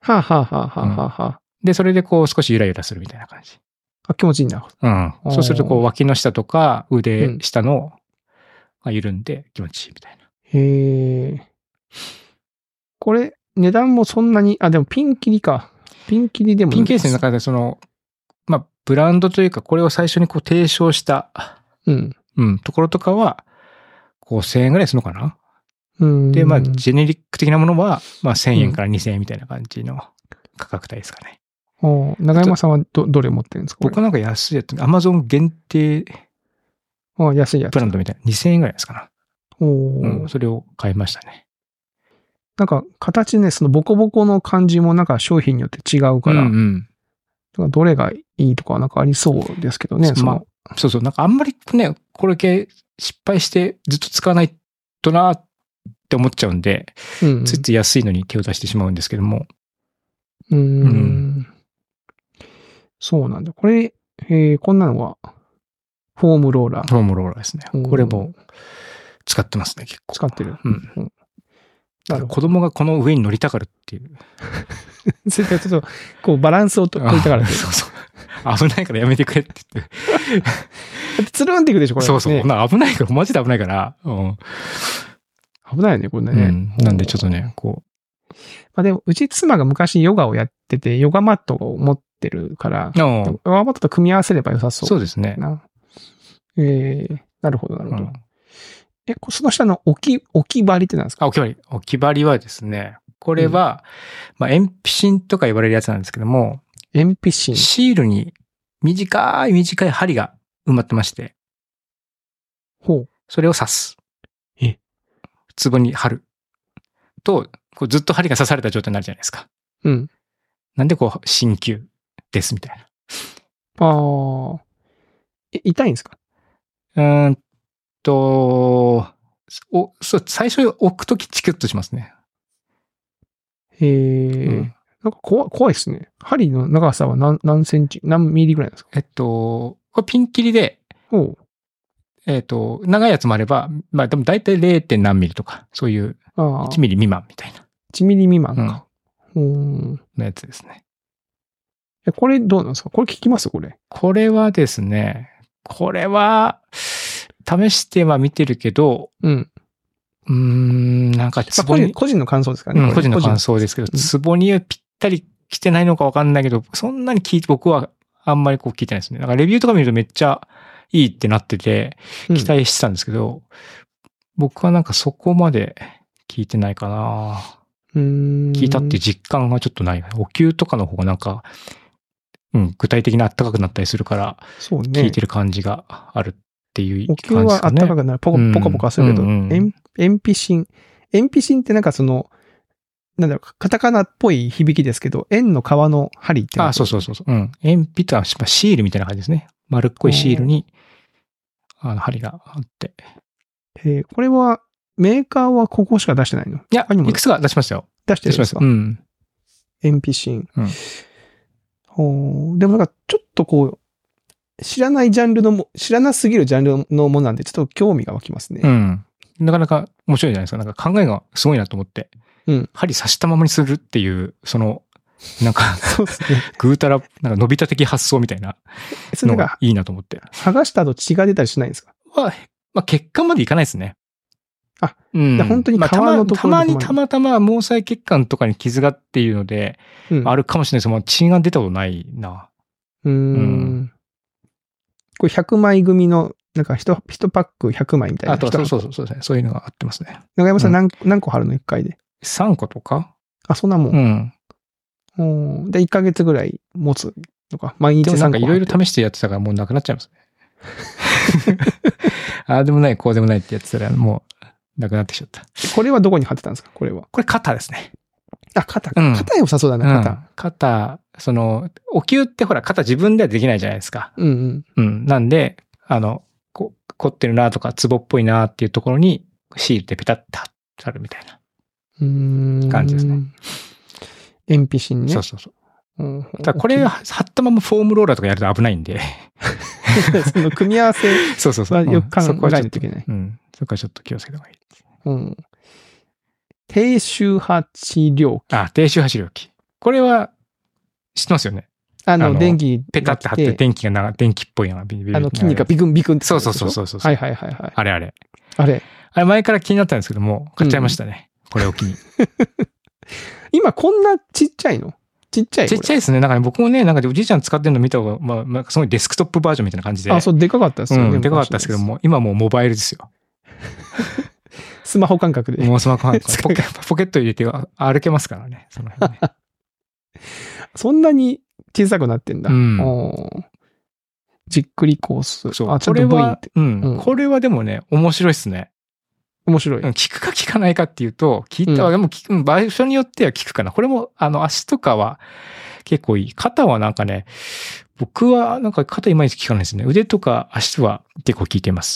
で、それでこう少しゆらゆらするみたいな感じ。 気持ちいいんだ。 そうするとこう脇の下とか腕下のが緩んで気持ちいいみたいな。 これ、値段もそんなに、でもピンキリか。ピンキリでもいい。 ピンケースの中でまあ、ブランドというか、これを最初にこう提唱した、ところとかは、こう1000円ぐらいするのかな。で、まあ、ジェネリック的なものは、まあ1000円から2000円みたいな感じの価格帯ですかね。 長山さんはどれ持ってるんですか？ 僕はなんか安いやつ、Amazon 限定安いやつ。 ブランドみたいな。2000円ぐらいですかな。 うん、 それを買いましたね。 なんか形ね、そのボコボコの感じもなんか商品によって違うから、どれがいいとかなんかありそうですけどね。 そうそう。なんかあんまりね、これ系失敗してずっと使わないとなって思っちゃうんで、ついつい安いのに手を出してしまうんですけども。 そうなんだ。これ、こんなのは、フォームローラー。 フォームローラーですね。これも使ってますね、結構。 使ってる。 子供がこの上に乗りたがるっていう。 それからちょっと、こうバランスを取りたがる。 そうそう。危ないからやめてくれって言って。 だってつるんっていくでしょ、これ。 そうそう。危ないから、マジで危ないから。 危ないよね、これね。 なんでちょっとね、こう。 まあでも、うち妻が昔ヨガをやってて、ヨガマットを持ってるから、ヨガマットと組み合わせれば良さそう。 そうですね。 なるほど、なるほど。その下の置き針って何ですか？ 置き針はですね、これは、鉛芯とか言われるやつなんですけども、 鉛芯。 シールに短い針が埋まってまして、それを刺す。壺に貼る。と、こうずっと針が刺された状態になるじゃないですか。なんでこう、鍼灸ですみたいな。 痛いんですか？ 最初に置くときチクッとしますね。 なんか怖いですね。針の長さは何センチ、何ミリぐらいなんですか？ これピンキリで、長いやつもあれば、でも大体 0. 何ミリとか、そういう1ミリ未満みたいな。 1ミリ未満か。 のやつですね。 これどうなんですか？これ効きます？これ。 これはですね、試しては見てるけど、なんか個人の感想ですかね。 個人の感想ですけど、ツボにぴったり来てないのかわかんないけど、そんなに僕はあんまりこう聞いてないですね。なんかレビューとか見るとめっちゃいいってなってて、期待してたんですけど、僕はなんかそこまで聞いてないかな。聞いたっていう実感がちょっとない。お灸とかの方がなんか、具体的に暖かくなったりするから、聞いてる感じがあるっていう感じですかね。 お灸は暖かくなる。ポカポカするけど、鉛芯ってなんかなんだろう、カタカナっぽい響きですけど、円の皮の針って。 そう。鉛筆はシールみたいな感じですね。丸っこいシールに、針があって。 これは、メーカーはここしか出してないの？ いや、いくつか出しましたよ。 出してるんですか？鉛筆芯。でもなんか、ちょっとこう、知らなすぎるジャンルのものなんで、ちょっと興味が湧きますね。 なかなか面白いじゃないですか。なんか考えがすごいなと思って。針刺したままにするっていう、なんか、ぐうたら、なんか伸びた的発想みたいなのがいいなと思って。 剥がした後血が出たりしないんですか？ 血管までいかないですね。 本当に皮のところたまたま毛細血管とかに傷がっていうので、あるかもしれないですけど、血が出たことないな。 これ100枚組の、なんか1パック100枚みたいな。 そうですね。そういうのがあってますね。 長山さん何個貼るの？1回で。 3個とか？ そんなもん。で、1ヶ月ぐらい持つのか。毎日3個。 なんかいろいろ試してやってたからもうなくなっちゃいますね。でもない、こうでもないってやってたらもうなくなってきちゃった。 これはどこに貼ってたんですか？これは。 これ肩ですね。 肩。肩良さそうだな、 肩。お灸ってほら肩自分ではできないじゃないですか。なんで、凝ってるなとか、ツボっぽいなっていうところに、シールでペタッと貼るみたいな感じですね。 鉛筆芯ね。 そう。ただこれ貼ったままフォームローラーとかやると危ないんで。 その組み合わせはよく考えないといけない。 そこはちょっと気をつけた方がいい。 低周波治療器。 低周波治療器。これは、知ってますよね。 電気。 ペタって貼って電気っぽいのが筋肉がビクンビクンって。 そう。 はい。 あれ。 あれ前から気になったんですけども、買っちゃいましたね。これを機に。 今こんなちっちゃいの？ちっちゃいですね。なんか僕もね、なんかおじいちゃん使ってるの見た方が、すごいデスクトップバージョンみたいな感じで。 そう、でかかったですよね。 でかかったですけども、今もうモバイルですよ。 スマホ感覚で。 もうスマホ感覚。ポケット入れて歩けますからね。 そんなに小さくなってんだ。 うん。 じっくりコース。 そう。 ちょっと V って。 これはでもね、面白いっすね。 面白い。 聞くか聞かないかっていうと、聞いたわ、でも場所によっては聞くかな。これも、足とかは結構いい。肩はなんかね、僕はなんか肩いまいち聞かないですね。腕とか足は結構聞いてます。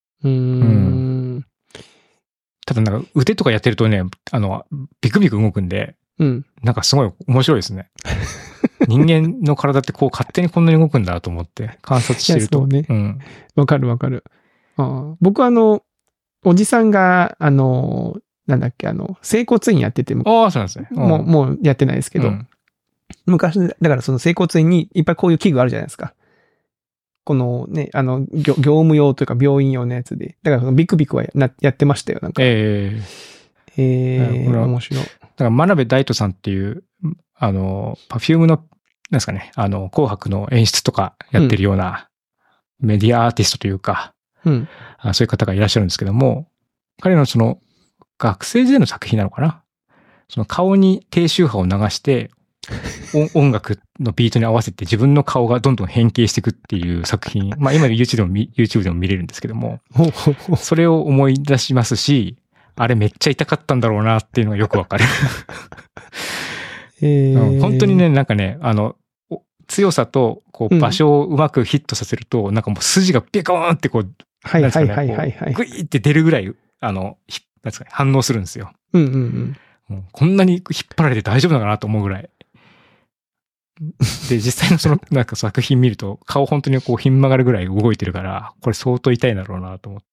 ただなんか腕とかやってるとね、ビクビク動くんで、なんかすごい面白いですね。人間の体ってこう勝手にこんなに動くんだと思って観察してると。 ね。わかるわかる。僕おじさんが、なんだっけ、整骨院やってて、 ああ、そうなんですね。 もうやってないですけど、昔、だからその整骨院にいっぱいこういう器具あるじゃないですか。このね、業務用というか病院用のやつで。だからビクビクはやってましたよ、なんか。面白い。 だから真鍋大斗さんっていう、パフュームの、なんですかね、紅白の演出とかやってるようなメディアアーティストというか、そういう方がいらっしゃるんですけども、彼のその学生時代の作品なのかな、その顔に低周波を流して音楽のビートに合わせて自分の顔がどんどん変形していくっていう作品、まあ今の YouTube でも見れるんですけども、それを思い出しますし、あれめっちゃ痛かったんだろうなっていうのがよくわかる。本当にね、なんかね、強さとこう場所をうまくヒットさせると、なんかもう筋がピコーンってこう、グイーって出るぐらい、なんですかね、反応するんですよ。こんなに引っ張られて大丈夫なのかなと思うぐらい。で、実際のそのなんか作品見ると、顔本当にこうひん曲がるぐらい動いてるから、これ相当痛いんだろうなと思って。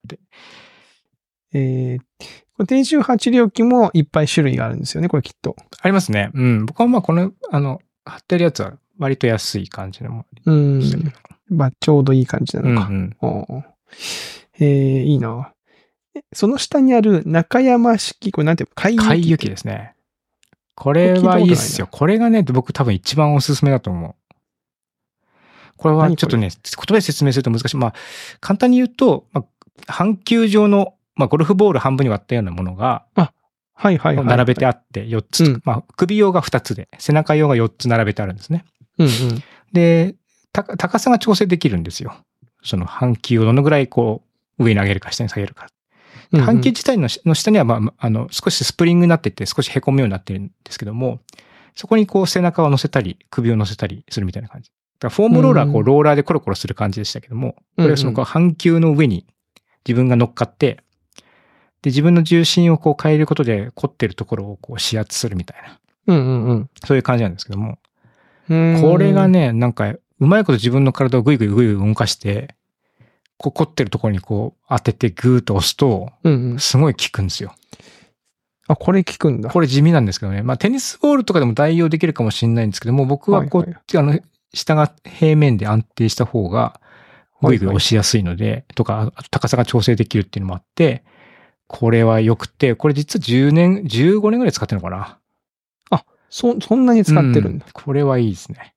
低周波治療器もいっぱい種類があるんですよね、これきっと。 ありますね。僕はまあこの、貼ってるやつは割と安い感じのものでしたけど。 まあちょうどいい感じなのか。いいな。その下にある中山式、これなんていうの？ 海遊記ですね。これはいいっすよ。これがね、僕多分一番おすすめだと思う。これはちょっとね、言葉で説明すると難しい。まあ、簡単に言うと、半球状の、ゴルフボール半分に割ったようなものが、並べてあって4つ。首用が2つで、背中用が4つ並べてあるんですね。で、高さが調整できるんですよ。その半球をどのぐらいこう、上に上げるか下に下げるか。半球自体の下には、少しスプリングになってて、少し凹むようになってるんですけども、そこにこう背中を乗せたり、首を乗せたりするみたいな感じ。だからフォームローラー、こうローラーでコロコロする感じでしたけども、これはその半球の上に自分が乗っかって、で、自分の重心をこう変えることで、凝ってるところをこう指圧するみたいな。そういう感じなんですけども、これがね、なんか、うまいこと自分の体をぐいぐい動かして、こう凝ってるところにこう当ててグーッと押すと、すごい効くんですよ。 これ効くんだ。 これ地味なんですけどね。まあテニスボールとかでも代用できるかもしれないんですけども、僕はこう、下が平面で安定した方が、ぐいぐい押しやすいので、とか、高さが調整できるっていうのもあって、これは良くて、これ実は15年ぐらい使ってるのかな。 そんなに使ってるんだ。 これはいいですね。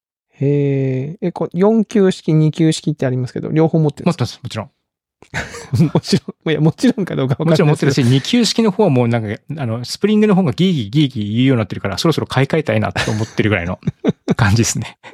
4球式、2球式ってありますけど、両方持ってるんですか？ 持ってます、もちろん。 もちろんかどうか分かんない。 もちろん持ってるし、2球式の方はもうなんか、スプリングの方がギーギー言うようになってるから、そろそろ買い替えたいなと思ってるぐらいの感じですね。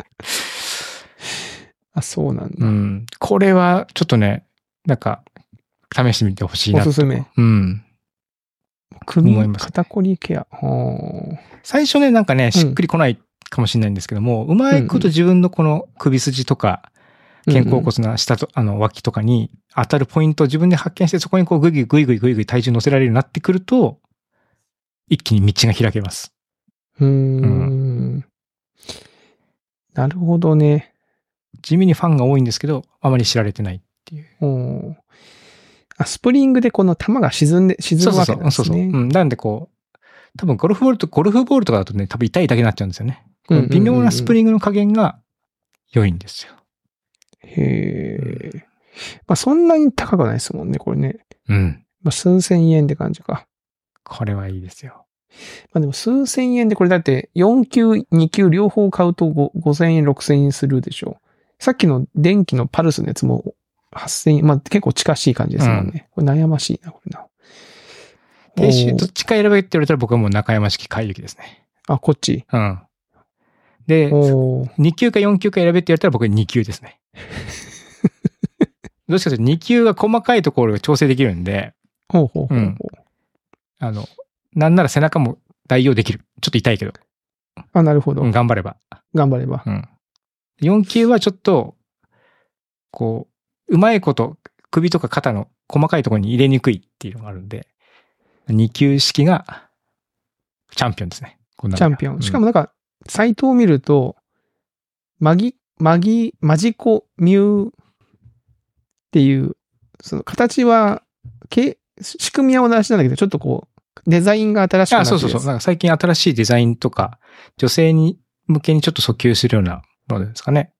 そうなんだ。 これはちょっとね、なんか、試してみてほしいなと。 おすすめ。首、肩こりケア。 最初ね、なんかね、しっくりこないかもしれないんですけども、うまいこと自分のこの首筋とか、肩甲骨の下と、脇とかに当たるポイントを自分で発見して、そこにこうぐいぐい体重乗せられるようになってくると、一気に道が開けます。 なるほどね。 地味にファンが多いんですけど、あまり知られてないっていう。 スプリングでこの球が沈むわけなんですね。 なんでこう、多分ゴルフボールとかだとね、多分痛いだけになっちゃうんですよね。微妙なスプリングの加減が良いんですよ。 そんなに高くないですもんね、これね。数千円って感じか。 これはいいですよ。 でも数千円でこれだって4球、2球両方買うと5000円、6000円するでしょ。さっきの電気のパルスのやつも8000円。結構近しい感じですもんね。これ悩ましいな、これな。 どっちか選べって言われたら僕はもう中山式海遊記ですね。 こっち。 で、2級か4級か選べって言われたら僕2級ですね。どうしかというと2級が細かいところが調整できるんで、なんなら背中も代用できる。ちょっと痛いけど。 あ、なるほど。 頑張れば。 4 級はちょっと、こう、うまいこと首とか肩の細かいところに入れにくいっていうのがあるんで、2級式がチャンピオンですね。 チャンピオン。しかもなんか、サイトを見ると、マジコミューっていう、その形は、仕組みは同じなんだけど、ちょっとこう、デザインが新しくなってる。 そう。なんか最近新しいデザインとか、女性に向けにちょっと訴求するようなものですかね。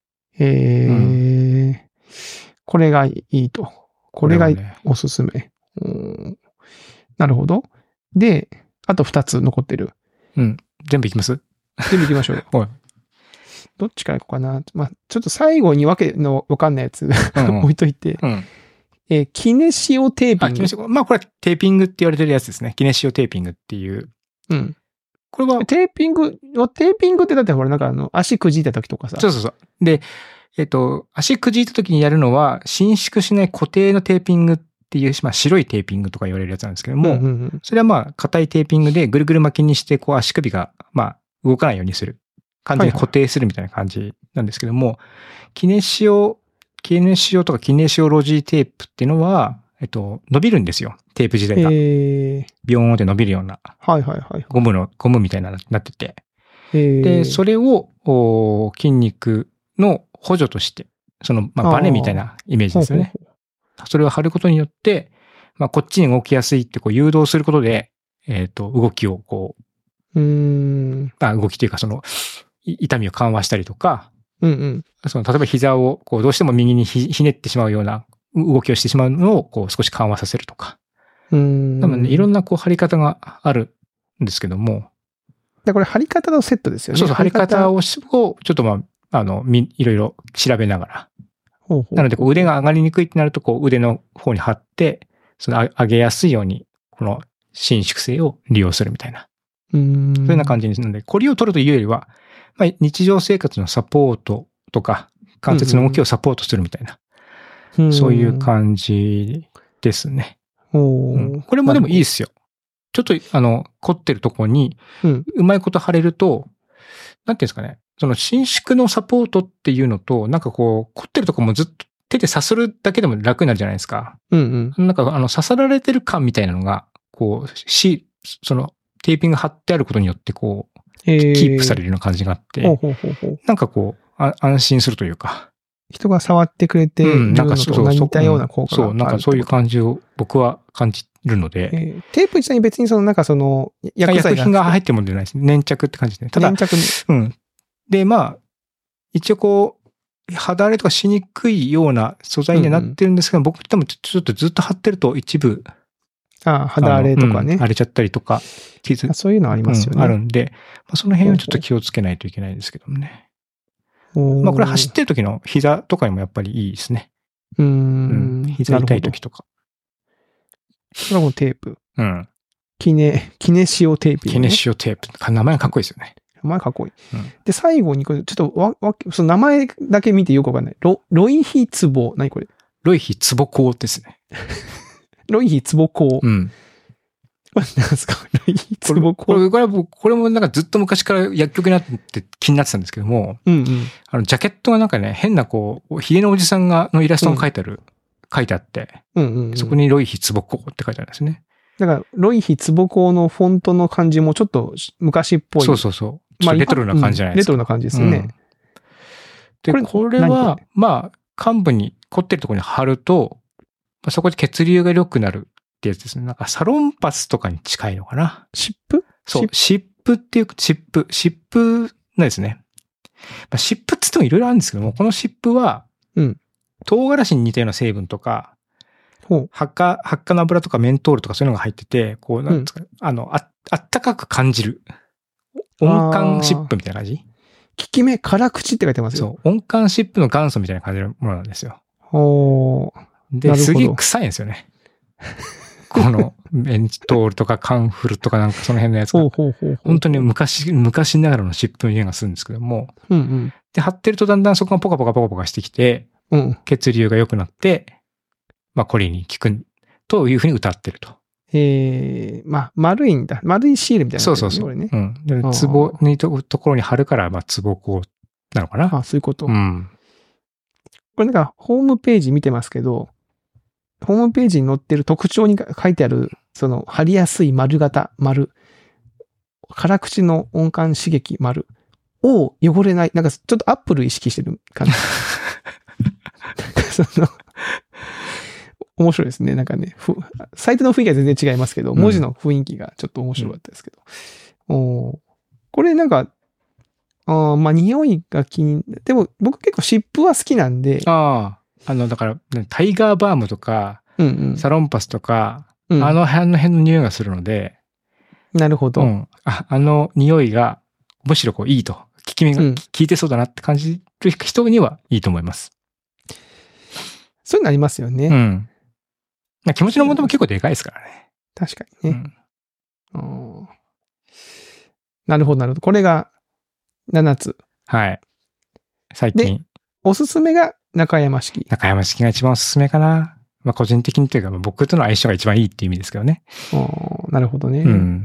これがいいと。これがおすすめ。なるほど。で、あと2つ残ってる。 全部いきます？ 全部いきましょうよ。どっちからいこうかな。まあ、ちょっと最後にわかんないやつ置いといて。キネシオテーピング。 まあ、これはテーピングって言われてるやつですね。キネシオテーピングっていう。 これは、テーピングってだってほら、なんか足くじいた時とかさ。 そう。で、足くじいた時にやるのは、伸縮しない固定のテーピングっていう、まあ、白いテーピングとか言われるやつなんですけども、それはまあ、硬いテーピングでぐるぐる巻きにして、こう足首が、まあ、動かないようにする。完全に固定するみたいな感じなんですけども、キネシオとかキネシオロジーテープっていうのは、伸びるんですよ。テープ自体が。ビヨーンって伸びるような。ゴムみたいななってて。で、それを筋肉の補助として、まあ、バネみたいなイメージですよね。それを貼ることによって、まあ、こっちに動きやすいってこう誘導することで、動きをこう、動きというか痛みを緩和したりとか、例えば膝をこうどうしても右にひねってしまうような動きをしてしまうのをこう少し緩和させるとか。多分ね、いろんなこう貼り方があるんですけども。 これ貼り方のセットですよね。 そう、貼り方をちょっとまあ、いろいろ調べながら。なので、こう腕が上がりにくいってなると、こう腕の方に貼って、上げやすいように、この伸縮性を利用するみたいな。そういうような感じにするので、こりを取るというよりは、まあ、日常生活のサポートとか、関節の動きをサポートするみたいな。そういう感じですね。これもでもいいですよ。ちょっと、凝ってるところに、うまいこと貼れると、なんていうんですかね。伸縮のサポートっていうのと、なんかこう、凝ってるところもずっと手で刺するだけでも楽になるじゃないですか。なんか刺さられてる感みたいなのが、こう、テーピング貼ってあることによって、こう、キープされるような感じがあって、なんかこう、安心するというか。 人が触ってくれてるのと似たような効果がある。 そう、なんかそういう感じを僕は感じるので。 テープ自体に別に薬品が入ってるもんじゃないですね。粘着って感じですね。ただ、で、まあ、一応こう、肌荒れとかしにくいような素材にはなってるんですが、僕でもちょっとずっと貼ってると一部、 肌荒れとかね。 荒れちゃったりとか、 そういうのありますよね。 あるんで、その辺はちょっと気をつけないといけないですけどもね。まあこれ走ってる時の膝とかにもやっぱりいいですね。膝痛い時とか。 これはもうテープ。キネシオテープ。 キネシオテープ。名前がかっこいいですよね。 名前かっこいい。で、最後にこれ、ちょっとその名前だけ見てよくわかんない。ロイヒツボ。何これ？ ロイヒツボ鋼ですね。 ロイヒツボ鋼。これ何ですか？ロイヒツボ鋼。 これもなんかずっと昔から薬局になって気になってたんですけども、ジャケットがなんかね、変なこう、ヒゲのおじさんのイラストが書いてあって、そこにロイヒツボ鋼って書いてあるんですね。 だから、ロイヒツボ鋼のフォントの感じもちょっと昔っぽい。 そう。ちょっとレトロな感じじゃないですか。 レトロな感じですよね。 で、これは、まあ、患部に凝ってるところに貼ると、そこで血流が良くなるってやつですね。なんかサロンパスとかに近いのかな。 湿布？ そう、湿布っていう、湿布なんですね。湿布って言ってもいろいろあるんですけども、この湿布は、唐辛子に似たような成分とか、発火の油とかメントールとかそういうのが入ってて、こう、なんですか、あったかく感じる。温感湿布みたいな感じ？ 効き目、辛口って書いてますよ。 そう、温感湿布の元祖みたいな感じのものなんですよ。で、すげえ臭いんですよね。 このメントールとかカンフルとかなんかその辺のやつが。本当に昔ながらの湿布の匂いがするんですけども。で、貼ってるとだんだんそこがポカポカポカポカしてきて、血流が良くなって、まあ、これに効くというふうに歌ってると。 まあ、丸いんだ。丸いシールみたいな、ね。 そう。でツボにところに貼るから、まあ、ツボこうなのかな。 そういうこと。これなんか、ホームページ見てますけど、ホームページに載ってる特徴に書いてある、その、貼りやすい丸型、丸。辛口の温感刺激、丸。を汚れない。なんか、ちょっとアップル意識してる感じ。なんかその、面白いですね。なんかね、サイトの雰囲気は全然違いますけど、文字の雰囲気がちょっと面白かったですけど。これなんか、まあ、匂いがでも僕結構湿布は好きなんで。 だから、タイガーバームとか、サロンパスとか、あの辺の匂いがするので。 なるほど。 あの匂いが、むしろこういいと。効いてそうだなって感じる人にはいいと思います。 そういうのありますよね。 気持ちの元も結構でかいですからね。 確かにね。なるほど。これが7つ。 はい。最近。 で、おすすめが中山式。 中山式が一番おすすめかな。まあ個人的にというか、僕との相性が一番いいっていう意味ですけどね。 なるほどね。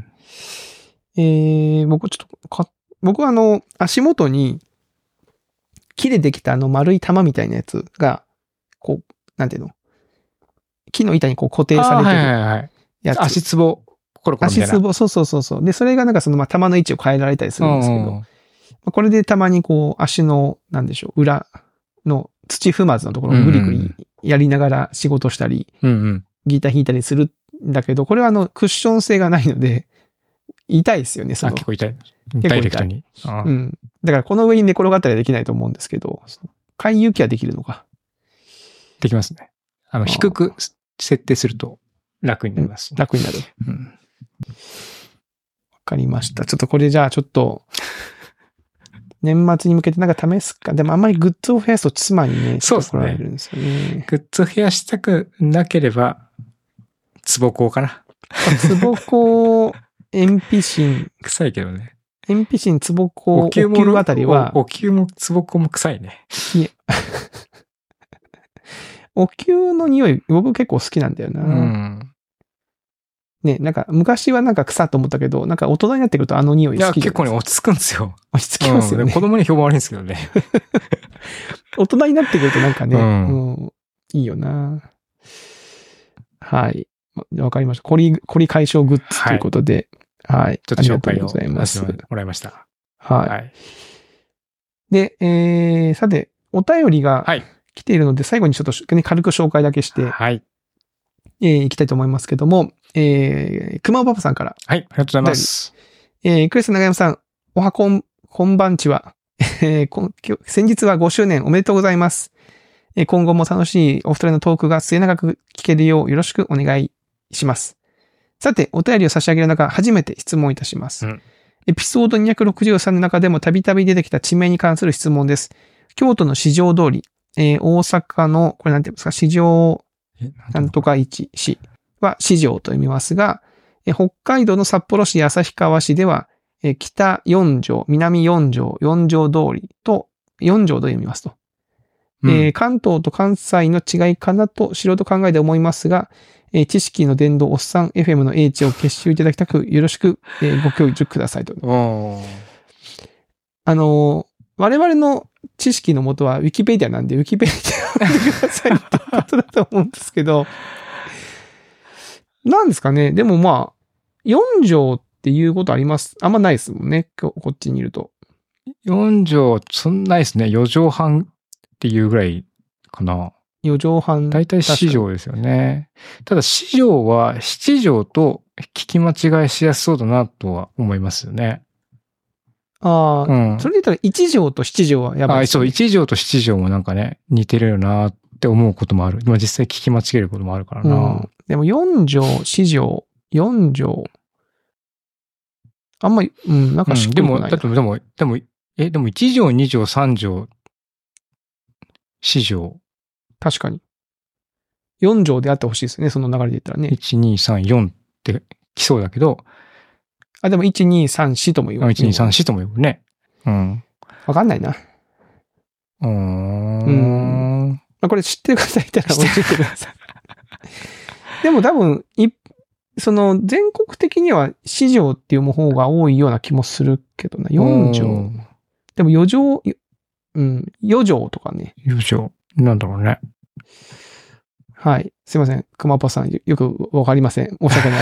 僕は足元に木でできた丸い玉みたいなやつが、こう、なんていうの？木の板にこう固定されてるやつ。 足つぼ、コロコロみたいな。 足つぼ、そう。で、それがなんかその玉の位置を変えられたりするんですけど、これでたまにこう足の、なんでしょう、裏の土踏まずのところをグリグリやりながら仕事したり、ギター弾いたりするんだけど、これはクッション性がないので、痛いですよね、 結構痛い。ダイレクトに。 だからこの上に寝転がったりはできないと思うんですけど、回遊機はできるのか。 できますね。低く設定すると楽になります、 楽になる。わかりました。ちょっとこれじゃあちょっと、年末に向けてなんか試すか。でもあんまりグッズを増やすと妻にね、 そうですね。 怒られるんですよね。 グッズを増やしたくなければ、ツボコかな。 ツボコ、鉛筆芯。 臭いけどね。 鉛筆芯、ツボコ、お灸あたりは。 お灸もツボコも臭いね。 お灸の匂い、僕結構好きなんだよな。ね、なんか昔はなんか臭と思ったけど、なんか大人になってくるとあの匂い好きじゃないですか。 いや、結構ね、落ち着くんですよ。 落ち着きますよね。 子供に評判悪いんですけどね。 大人になってくるとなんかね、いいよな。はい。わかりました。コリ解消グッズということで、はい。 ちょっと紹介をさせてもらいました。 はい。で、さて、お便りが来ているので、最後にちょっと軽く紹介だけして、いきたいと思いますけども、熊尾パパさんから。 はい、ありがとうございます。 クリス長山さん、おはこんばんちは。先日は5周年おめでとうございます。今後も楽しいお二人のトークが末永く聞けるようよろしくお願いします。さて、お便りを差し上げる中、初めて質問いたします。エピソード263の中でもたびたび出てきた地名に関する質問です。京都の四条通り、大阪の、これなんて言うんですか、四条なんとか市市は四条と読みますが、北海道の札幌市旭川市では、北四条、南四条、四条通りと四条と読みますと。関東と関西の違いかなと素人考えて思いますが、知識の伝道おっさん FM の英知を結集いただきたくよろしく、ご教授くださいと。我々の知識のもとはウィキペディアなんで、ウィキペディアを見てくださいってことだと思うんですけど、なんですかね。でもまあ、4条っていうことあります。あんまないですもんね。こっちにいると。 4条、そんなないですね。4条半っていうぐらいかな。 4条半。 だいたい4条ですよね。ただ4条は7条と聞き間違いしやすそうだなとは思いますよね。 それで言ったら1条と7条はやばい、ね。 そう、1条と7条もなんかね、似てるよなって思うこともある。実際聞き間違えることもあるからな。 でも4条、4条、4条。あんまり、なんかしっくりこないな。 でも1条、2条、3条、4条。 確かに。 4乗であってほしいですね。その流れで言ったらね。 1、2、3、4って来そうだけど。 あ、でも1、2、3、4とも言う。 1、2、3、4とも言うね。うん。 わかんないな。まあ、これ知ってる方いたら教えてください。でも多分、その全国的には4乗っていう方が多いような気もするけどな。4乗。でも4乗、4乗とかね。 4乗。なんだろうね。 はい。すいません。熊ぽさん、よくわかりません。申し訳ない。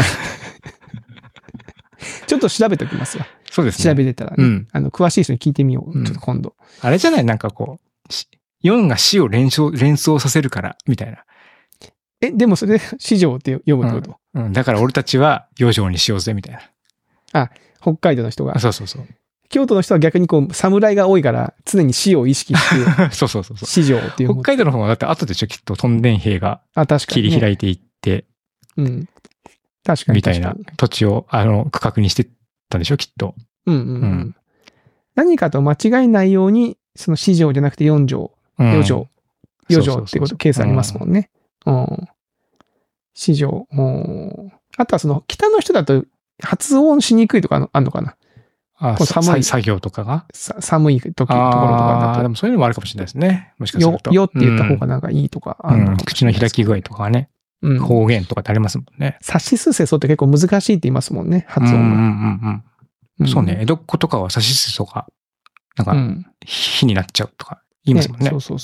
ちょっと調べておきますわ。 そうですね。 調べれたらね。詳しい人に聞いてみよう。ちょっと今度。 あれじゃないなんかこう、4が死を連想させるから、みたいな。 でもそれで4乗って読むってこと？ だから俺たちは4乗にしようぜ、みたいな。 あ、北海道の人が。 そうそうそう。 京都の人は逆にこう、侍が多いから、常に死を意識して、 そう。 死乗っていう。 北海道の方はだって後できっとトンデン兵が切り開いていって、 確かに。 みたいな土地を、区画にしてたんでしょ、きっと。 何かと間違いないように、その4乗じゃなくて4乗、4乗ってこと、ケースありますもんね。4乗。あとはその、北の人だと発音しにくいとかあるのかな？ 寒い作業とかが寒いところとかだと。 でもそういうのもあるかもしれないですね。もしかすると。 よって言った方がなんかいいとか口の開き具合とかね。方言とかってありますもんね。 さしすせそって結構難しいって言いますもんね、発音が。そうね。江戸っ子とかはさしすせそが、なんか、火になっちゃうとか言いますもんね。 そう。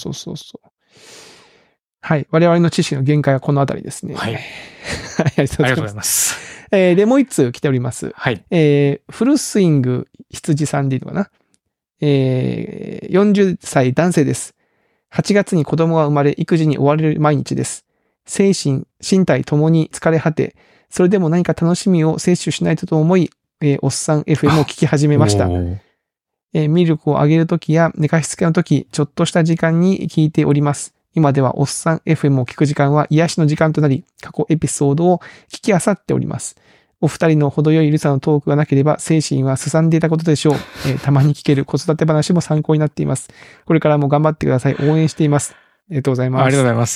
はい。我々の知識の限界はこのあたりですね。 はい。ありがとうございます。で、もう一通来ております。 はい。 フルスイング羊さんでいいのかな。40歳男性です。8月に子供が生まれ、育児に追われる毎日です。精神、身体ともに疲れ果て、それでも何か楽しみを摂取しないとと思い、おっさん FM を聞き始めました。ミルクをあげるときや寝かしつけのとき、ちょっとした時間に聞いております。今ではおっさん FM を聞く時間は癒しの時間となり、過去エピソードを聞き漁っております。お二人の程よいルサのトークがなければ精神はすさんでいたことでしょう。たまに聞ける子育て話も参考になっています。これからも頑張ってください。応援しています。ありがとうございます。 ありがとうございます。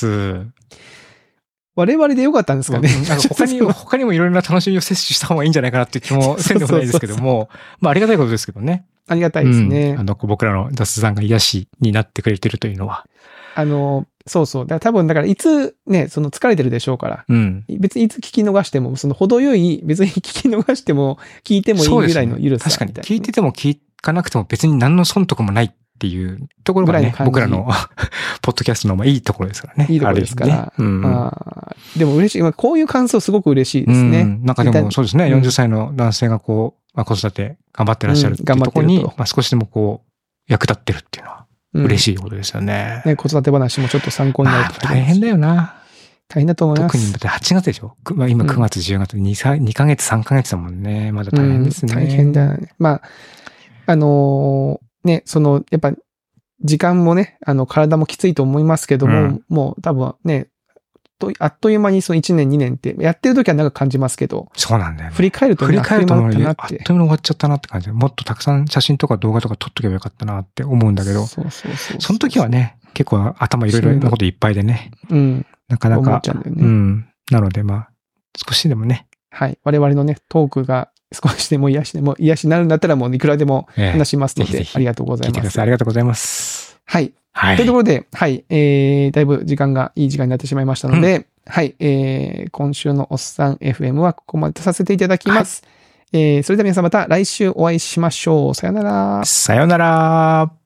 我々でよかったんですかね。 他にもいろいろな楽しみを摂取した方がいいんじゃないかなっていう気もせんでもないですけども、まあありがたいことですけどね。 ありがたいですね。 僕らの雑談が癒しになってくれてるというのは。 そう。だからいつね、その疲れてるでしょうから。別にいつ聞き逃しても、その程よい、別に聞き逃しても、聞いてもいいぐらいの緩さ。 確かに。聞いてても聞かなくても別に何の損得もないっていうところがね、僕らのポッドキャストのいいところですからね。 いいところですから。でも嬉しい。こういう感想すごく嬉しいですね。 なんかでもそうですね。40歳の男性がこう、子育て頑張ってらっしゃるっていうところに、少しでもこう、役立ってるっていうのは嬉しいことですよね。 子育て話もちょっと参考になると。 大変だよな。 大変だと思います。 特にだって8月でしょ？今9月、10月、2ヶ月、3ヶ月だもんね。まだ大変ですね。 大変だよね。まあ、ね、やっぱ、時間もね、体もきついと思いますけども、もう多分ね、あっという間にその1年2年って、やってる時は長く感じますけど。 そうなんだよね。 振り返るとね、 あっという間に終わっちゃったなって感じで、もっとたくさん写真とか動画とか撮っとけばよかったなって思うんだけど。その時はね、結構頭いろいろなこといっぱいでね。なかなか。 思っちゃうんだよね。 なのでまあ、少しでもね。 はい。我々のね、トークが少しでも癒しになるんだったらもういくらでも話しますので、ありがとうございます。 聞いてください。ありがとうございます。 はい。というところで、はい。だいぶいい時間になってしまいましたので、はい。今週のおっさん FM はここまでとさせていただきます。それでは皆さんまた来週お会いしましょう。さよなら。 さよなら。